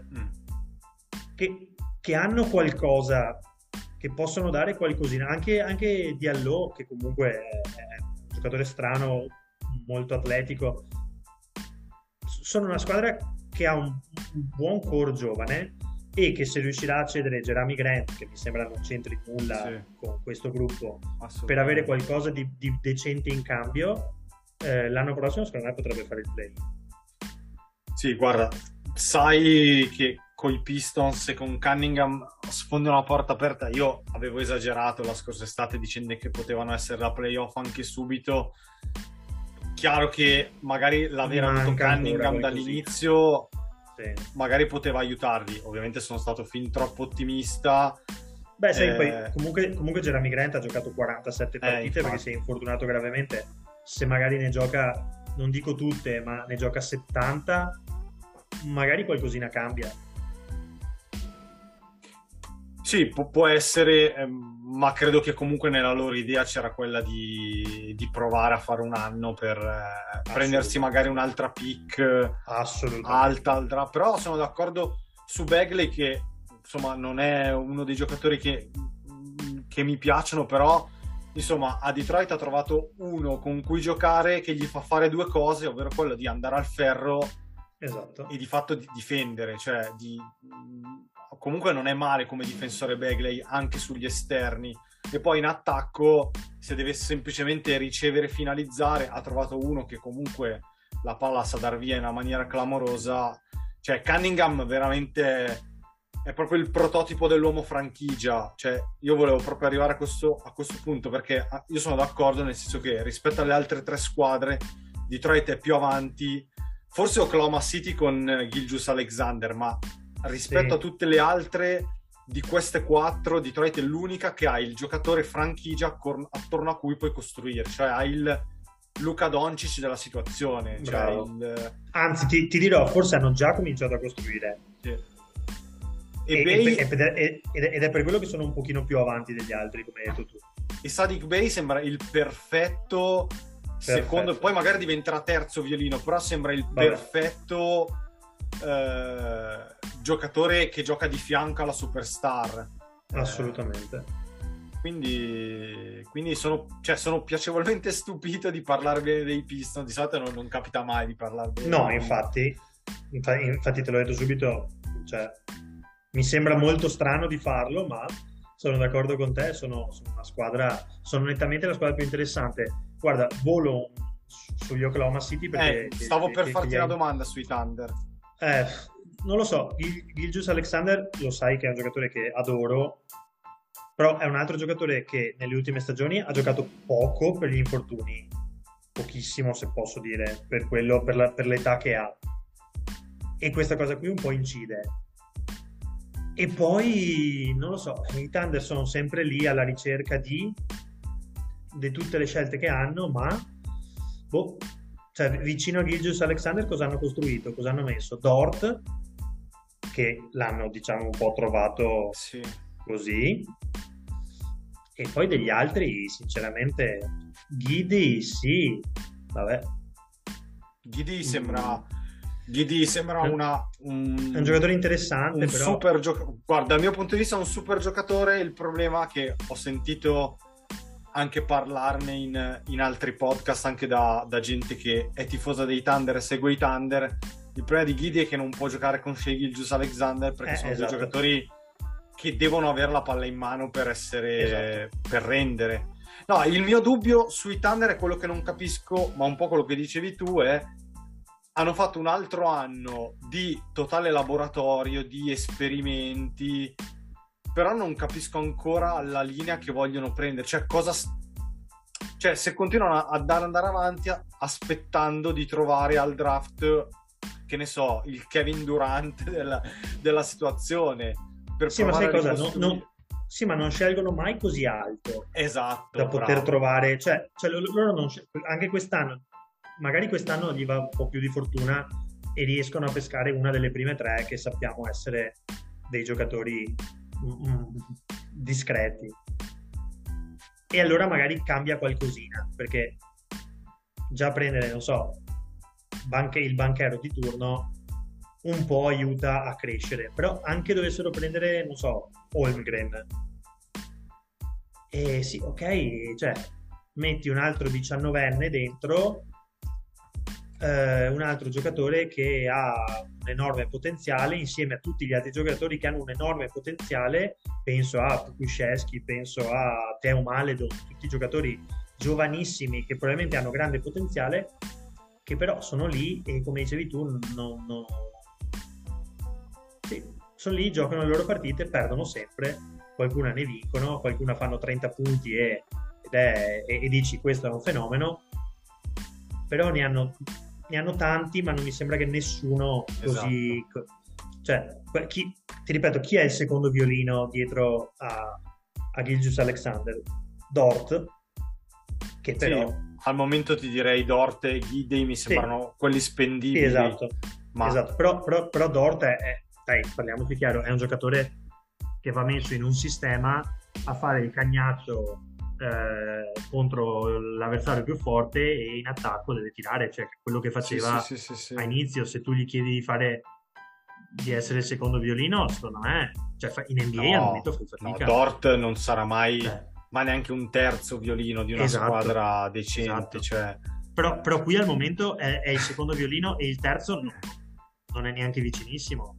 che hanno qualcosa, che possono dare qualcosina, anche Diallo che comunque è un giocatore strano, molto atletico. Sono una squadra che ha un buon core giovane e che se riuscirà a cedere Jerami Grant, che mi sembra non c'entri nulla con questo gruppo, per avere qualcosa di decente in cambio, l'anno prossimo secondo me potrebbe fare il play. Sì, guarda, sai che con i Pistons e con Cunningham sfondi una porta aperta. Io avevo esagerato la scorsa estate dicendo che potevano essere da playoff anche subito. Chiaro che magari l'aver avuto Cunningham dall'inizio magari poteva aiutarli. Ovviamente sono stato fin troppo ottimista. Beh, sai, poi comunque Jerami Grant ha giocato 47 partite perché si è infortunato gravemente. Se magari ne gioca, non dico tutte, ma ne gioca 70, magari qualcosina cambia. Sì, può essere, ma credo che comunque nella loro idea c'era quella di provare a fare un anno per prendersi magari un'altra pick alta al draft. Però sono d'accordo su Bagley che insomma non è uno dei giocatori che mi piacciono, però insomma a Detroit ha trovato uno con cui giocare che gli fa fare due cose, ovvero quello di andare al ferro e di fatto di difendere, cioè comunque non è male come difensore Bagley anche sugli esterni, e poi in attacco se deve semplicemente ricevere e finalizzare ha trovato uno che comunque la palla sa dar via in una maniera clamorosa. Cioè Cunningham veramente è proprio il prototipo dell'uomo franchigia. Cioè io volevo proprio arrivare a questo punto, perché io sono d'accordo nel senso che rispetto alle altre tre squadre Detroit è più avanti, forse Oklahoma City con Gilgeous-Alexander, ma rispetto a tutte le altre di queste quattro Detroit è l'unica che ha il giocatore franchigia attorno a cui puoi costruire, cioè ha il Luka Doncic della situazione, cioè anzi ti dirò, forse hanno già cominciato a costruire ed è per quello che sono un pochino più avanti degli altri, come hai detto tu. E Saddiq Bey sembra il perfetto secondo, poi magari diventerà terzo violino, però sembra il perfetto giocatore che gioca di fianco alla superstar. Assolutamente. Quindi sono piacevolmente stupito di parlare bene dei Pistons. Di solito non capita mai di parlare bene. No, infatti te l'ho detto subito, cioè mi sembra molto strano di farlo, ma sono d'accordo con te, sono una squadra, sono nettamente la squadra più interessante. Guarda, volo sugli Oklahoma City perché stavo per farti una domanda sui Thunder. Non lo so, Gilgeous-Alexander lo sai che è un giocatore che adoro, però è un altro giocatore che nelle ultime stagioni ha giocato poco per gli infortuni, pochissimo se posso dire, per l'età che ha. e questa cosa qui un po' incide. E poi, non lo so, i Thunder sono sempre lì alla ricerca di tutte le scelte che hanno, ma cioè, vicino a Gilgeous-Alexander cosa hanno costruito? Cosa hanno messo? Dort, che l'hanno, diciamo, un po' trovato così, e poi degli altri, sinceramente, Giddey, sì, vabbè. Giddey sembra un giocatore interessante, però. Guarda, dal mio punto di vista è un super giocatore. Il problema è che ho sentito anche parlarne in altri podcast, anche da gente che è tifosa dei Thunder e segue i Thunder. Il problema di Giddey è che non può giocare con Shai Gilgeous-Alexander, perché sono due giocatori che devono avere la palla in mano per per rendere. No, il mio dubbio sui Thunder è quello che non capisco, ma un po' quello che dicevi tu è: hanno fatto un altro anno di totale laboratorio, di esperimenti, però non capisco ancora la linea che vogliono prendere. Cioè, se continuano ad andare avanti aspettando di trovare al draft, che ne so, il Kevin Durant della situazione. Ma sai cosa? Sì, ma non scelgono mai così alto. Esatto. Da poter trovare... Cioè loro non anche quest'anno, magari quest'anno gli va un po' più di fortuna e riescono a pescare una delle prime tre che sappiamo essere dei giocatori discreti. E allora magari cambia qualcosina, perché già prendere, non so, il banchero di turno un po' aiuta a crescere, però anche dovessero prendere, non so, Holmgren, e sì, ok, cioè metti un altro 19enne dentro, un altro giocatore che ha un enorme potenziale insieme a tutti gli altri giocatori che hanno un enorme potenziale. Penso a Pukushevsky, penso a Theo Maledon, tutti giocatori giovanissimi che probabilmente hanno grande potenziale, che però sono lì e, come dicevi tu, sì, sono lì, giocano le loro partite, perdono sempre, qualcuna ne vincono, qualcuna fanno 30 punti e dici questo è un fenomeno, però ne hanno tanti, ma non mi sembra che nessuno così... Esatto. Cioè, ti ripeto, chi è il secondo violino dietro a Gilgeous-Alexander? Dort, che però... Sì, al momento ti direi Dort e Giddey mi sembrano quelli spendibili. Sì, esatto. Ma... esatto. Però Dort dai, parliamoci chiaro, è un giocatore che va messo in un sistema a fare il cagnaccio contro l'avversario più forte, e in attacco deve tirare, cioè quello che faceva a inizio. Se tu gli chiedi di essere il secondo violino, secondo me, cioè in NBA al momento fa fatica. Dort non sarà mai ma neanche un terzo violino di una squadra decente. Esatto. Cioè... Però qui al momento è il secondo violino e il terzo non è neanche vicinissimo.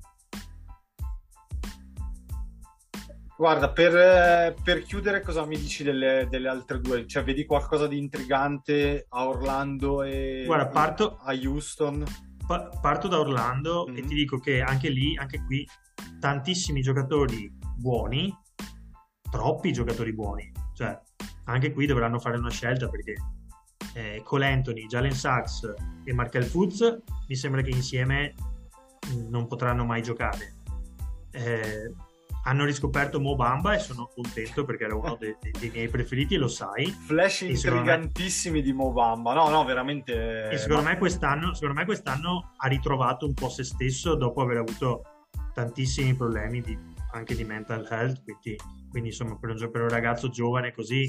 Guarda, per chiudere, cosa mi dici delle altre due? Cioè, vedi qualcosa di intrigante a Orlando e a Houston? Parto da Orlando e ti dico che anche qui, tantissimi giocatori buoni, troppi giocatori buoni. Cioè, anche qui dovranno fare una scelta, perché Cole Anthony, Jalen Suggs e Markelle Fultz mi sembra che insieme non potranno mai giocare. Hanno riscoperto Mo Bamba e sono contento, perché era uno dei miei preferiti, e lo sai. Flash intrigantissimi di Mo Bamba. No, veramente. E secondo me quest'anno ha ritrovato un po' se stesso, dopo aver avuto tantissimi problemi anche di mental health. Quindi insomma, per un ragazzo giovane così,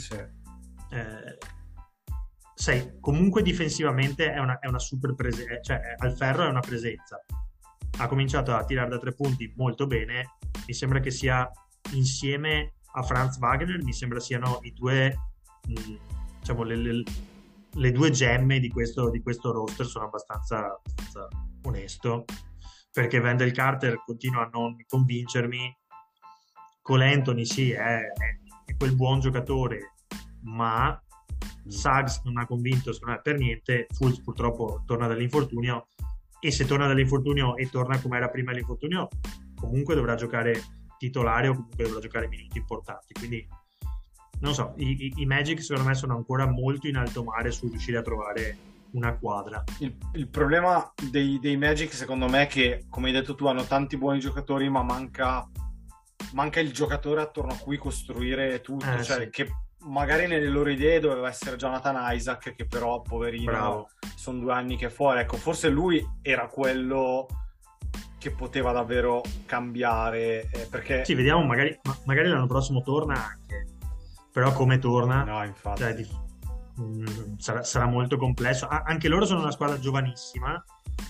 sai, comunque difensivamente è una super presenza, cioè al ferro è una presenza. Ha cominciato a tirare da 3 punti molto bene. Mi sembra che sia, insieme a Franz Wagner, mi sembra siano i due, diciamo, le due gemme di questo roster. Sono abbastanza onesto, perché Wendell Carter continua a non convincermi. Cole Anthony sì, è quel buon giocatore, ma Suggs non ha convinto, secondo me, per niente. Fultz purtroppo torna dall'infortunio, e se torna dall'infortunio e torna come era prima dell'infortunio, comunque dovrà giocare titolare, o comunque dovrà giocare minuti importanti. Quindi non so, i Magic secondo me sono ancora molto in alto mare su riuscire a trovare una quadra. Il problema dei Magic secondo me è che, come hai detto tu, hanno tanti buoni giocatori, ma manca il giocatore attorno a cui costruire tutto, cioè sì. che magari nelle loro idee doveva essere Jonathan Isaac, che però poverino, Bravo. sono 2 anni che è fuori. Ecco, forse lui era quello che poteva davvero cambiare, perché Sì, vediamo, magari l'anno prossimo torna anche, però come torna, no, infatti. cioè, sarà molto complesso. Anche loro sono una squadra giovanissima,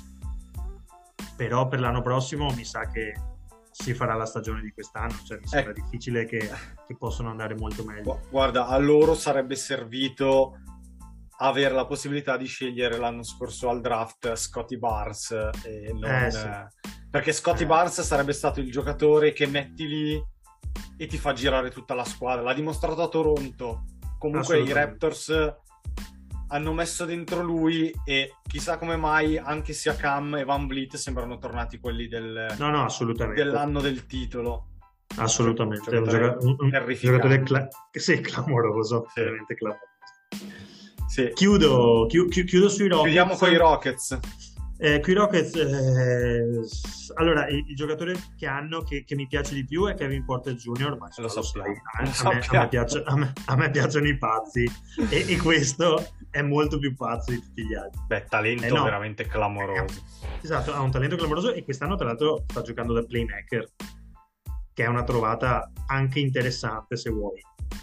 però per l'anno prossimo mi sa che si farà la stagione di quest'anno, cioè mi sembra difficile che possano andare molto meglio. Guarda, a loro sarebbe servito avere la possibilità di scegliere l'anno scorso al draft Scotty Barnes, e non, Sì. perché Scotty Barnes sarebbe stato il giocatore che metti lì e ti fa girare tutta la squadra. L'ha dimostrato a Toronto. Comunque i Raptors hanno messo dentro lui, e chissà come mai anche Siakam e Van Vliet sembrano tornati quelli no, assolutamente, dell'anno del titolo. assolutamente, un giocatore clamoroso, sì. Veramente clamoroso. Sì. Chiudo sui Rockets. Chiudiamo con i Rockets. Qui Rockets, allora il giocatore che hanno che mi piace di più è Kevin Porter Jr., ma lo sappiamo. A me piacciono i pazzi, e questo è molto più pazzo di tutti gli altri. Beh, talento veramente clamoroso. Esatto, ha un talento clamoroso, e quest'anno tra l'altro sta giocando da playmaker, che è una trovata anche interessante se vuoi.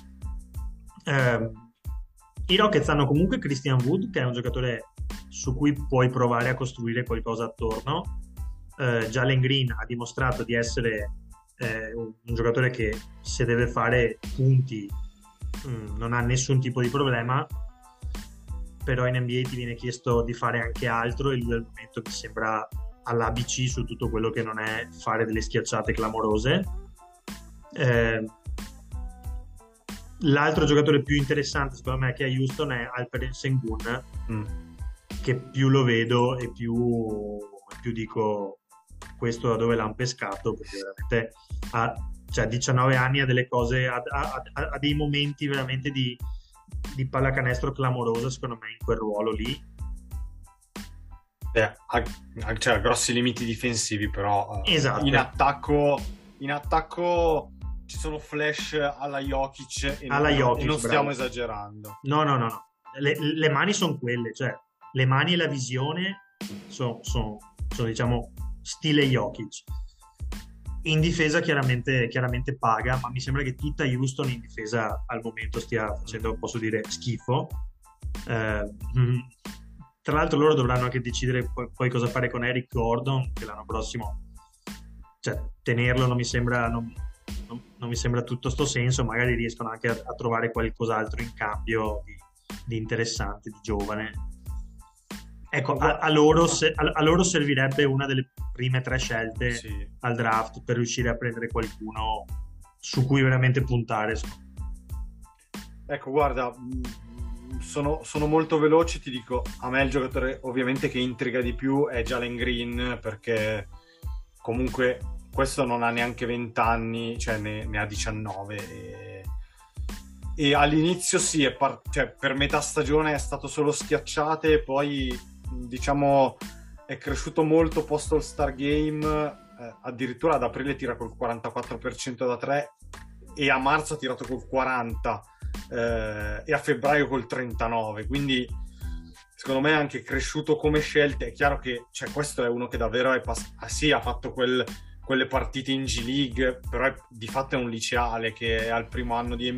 I Rockets hanno comunque Christian Wood, che è un giocatore su cui puoi provare a costruire qualcosa attorno. Jalen Green ha dimostrato di essere un giocatore che, se deve fare punti, non ha nessun tipo di problema, però in NBA ti viene chiesto di fare anche altro, e lui al momento mi sembra all'ABC su tutto quello che non è fare delle schiacciate clamorose. L'altro giocatore più interessante secondo me che a Houston è Alperen Sengun, che più lo vedo e più dico questo da dove l'hanno pescato, perché veramente ha 19 anni, ha delle cose, ha dei momenti veramente di pallacanestro clamorosa secondo me in quel ruolo lì. Ha grossi limiti difensivi, però esatto. in attacco ci sono flash alla Jokic, e non stiamo esagerando. No. Le mani sono quelle, cioè le mani e la visione sono diciamo stile Jokic. In difesa chiaramente paga, ma mi sembra che tutta Houston in difesa al momento stia facendo, posso dire, schifo. Tra l'altro loro dovranno anche decidere poi cosa fare con Eric Gordon, che l'anno prossimo, cioè tenerlo non mi sembra tutto sto senso. Magari riescono anche a trovare qualcos'altro in cambio di interessante, di giovane. Ecco, a loro servirebbe una delle prime 3 scelte al draft per riuscire a prendere qualcuno su cui veramente puntare. Ecco, guarda, sono molto veloce, ti dico, a me il giocatore ovviamente che intriga di più è Jalen Green, perché comunque questo non ha neanche 20 anni, cioè ne ha 19, e all'inizio per metà stagione è stato solo schiacciate, poi diciamo è cresciuto molto post All-Star Game, addirittura ad aprile tira col 44% da 3, e a marzo ha tirato col 40%, e a febbraio col 39%, quindi secondo me è anche cresciuto come scelte. È chiaro che questo è uno che davvero ha fatto quelle partite in G League, però di fatto è un liceale che è al primo anno di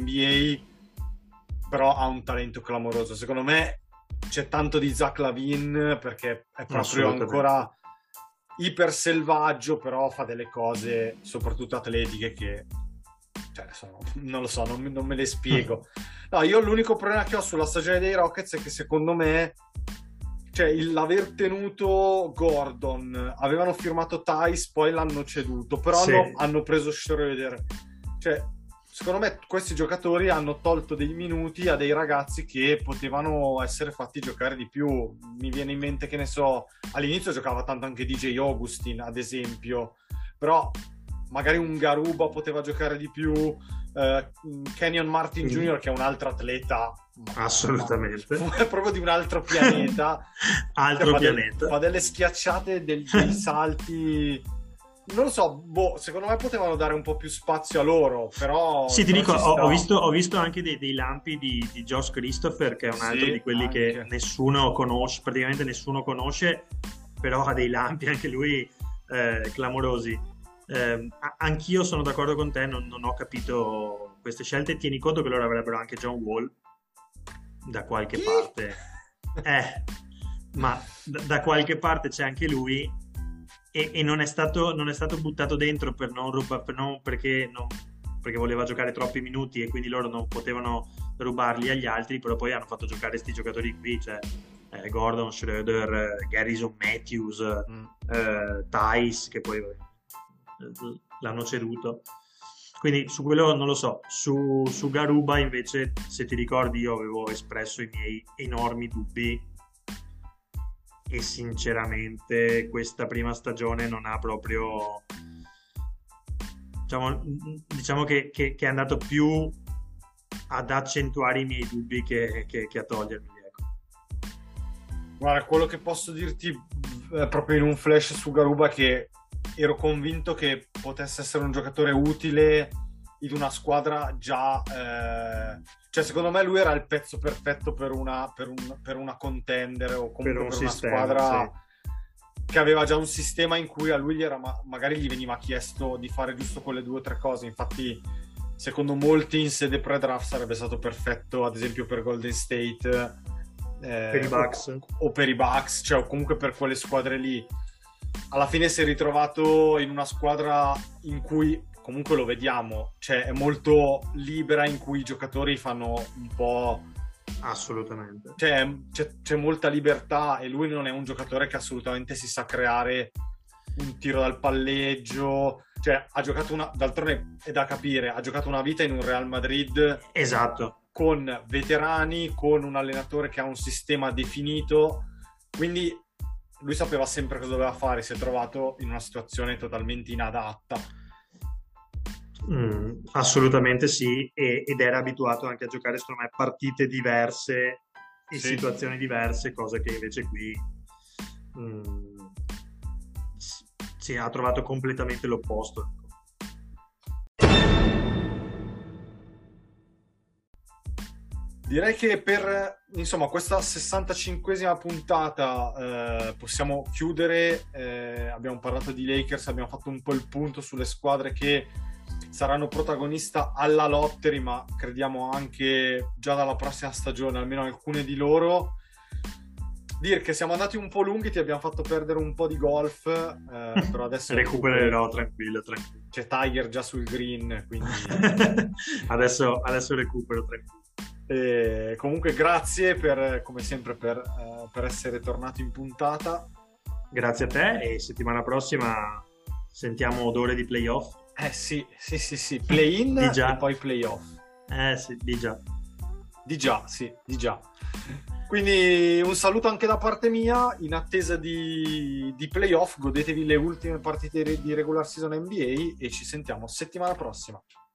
NBA, però ha un talento clamoroso. Secondo me c'è tanto di Zach LaVine, perché è proprio ancora iper selvaggio, però fa delle cose soprattutto atletiche che non lo so, non me le spiego. No, io l'unico problema che ho sulla stagione dei Rockets è che secondo me, l'aver tenuto Gordon, avevano firmato Tice, poi l'hanno ceduto, però hanno preso Schroeder. Secondo me questi giocatori hanno tolto dei minuti a dei ragazzi che potevano essere fatti giocare di più. Mi viene in mente, che ne so, all'inizio giocava tanto anche DJ Augustin, ad esempio, però magari un Garuba poteva giocare di più, Kenyon Martin Jr., che è un altro atleta assolutamente, è proprio di un altro pianeta. Fa delle schiacciate, dei salti, non lo so, secondo me potevano dare un po' più spazio a loro, però sì, ti dico, ho visto anche dei lampi di Josh Christopher, che è un altro di quelli anche, che nessuno conosce, praticamente nessuno conosce, però ha dei lampi anche lui clamorosi. Anch'io sono d'accordo con te, non ho capito queste scelte. Tieni conto che loro avrebbero anche John Wall da qualche parte, ma da qualche parte c'è anche lui, e non è stato buttato dentro perché voleva giocare troppi minuti e quindi loro non potevano rubarli agli altri, però poi hanno fatto giocare questi giocatori qui, cioè Gordon, Schroeder, Garrison Matthews, Tice, che poi l'hanno ceduto. Quindi su quello non lo so. Su Garuba invece, se ti ricordi, io avevo espresso i miei enormi dubbi, e sinceramente questa prima stagione non ha proprio, diciamo che è andato più ad accentuare i miei dubbi che a togliermi, ecco. Guarda, quello che posso dirti proprio in un flash su Garuba, che ero convinto che potesse essere un giocatore utile in una squadra già, cioè secondo me lui era il pezzo perfetto per una contender, o comunque per una sistema, squadra che aveva già un sistema in cui a lui magari gli veniva chiesto di fare giusto quelle 2 o 3 cose. Infatti secondo molti in sede pre-draft sarebbe stato perfetto, ad esempio per Golden State, per i Bucks o per i Bucks, cioè o comunque per quelle squadre lì. Alla fine si è ritrovato in una squadra in cui comunque lo vediamo, cioè è molto libera, in cui i giocatori fanno un po', assolutamente, cioè c'è molta libertà, e lui non è un giocatore che assolutamente si sa creare un tiro dal palleggio, cioè ha giocato d'altronde è da capire, ha giocato una vita in un Real Madrid, esatto, con veterani, con un allenatore che ha un sistema definito, quindi lui sapeva sempre cosa doveva fare. Si è trovato in una situazione totalmente inadatta. Assolutamente sì, ed era abituato anche a giocare, secondo me, partite diverse e situazioni diverse, cosa che invece qui si ha trovato completamente l'opposto. Direi che per questa 65esima puntata possiamo chiudere. Abbiamo parlato di Lakers, abbiamo fatto un po' il punto sulle squadre che saranno protagonista alla lottery, ma crediamo anche già dalla prossima stagione, almeno alcune di loro. Dire che siamo andati un po' lunghi, ti abbiamo fatto perdere un po' di golf, però adesso recupererò tranquillo. C'è Tiger già sul green, quindi adesso recupero tranquillo. Comunque grazie come sempre per essere tornato in puntata. Grazie a te, e settimana prossima sentiamo odore di playoff. Sì, play-in e poi playoff. Sì, di già. Quindi un saluto anche da parte mia, in attesa di playoff. Godetevi le ultime partite di regular season NBA e ci sentiamo settimana prossima.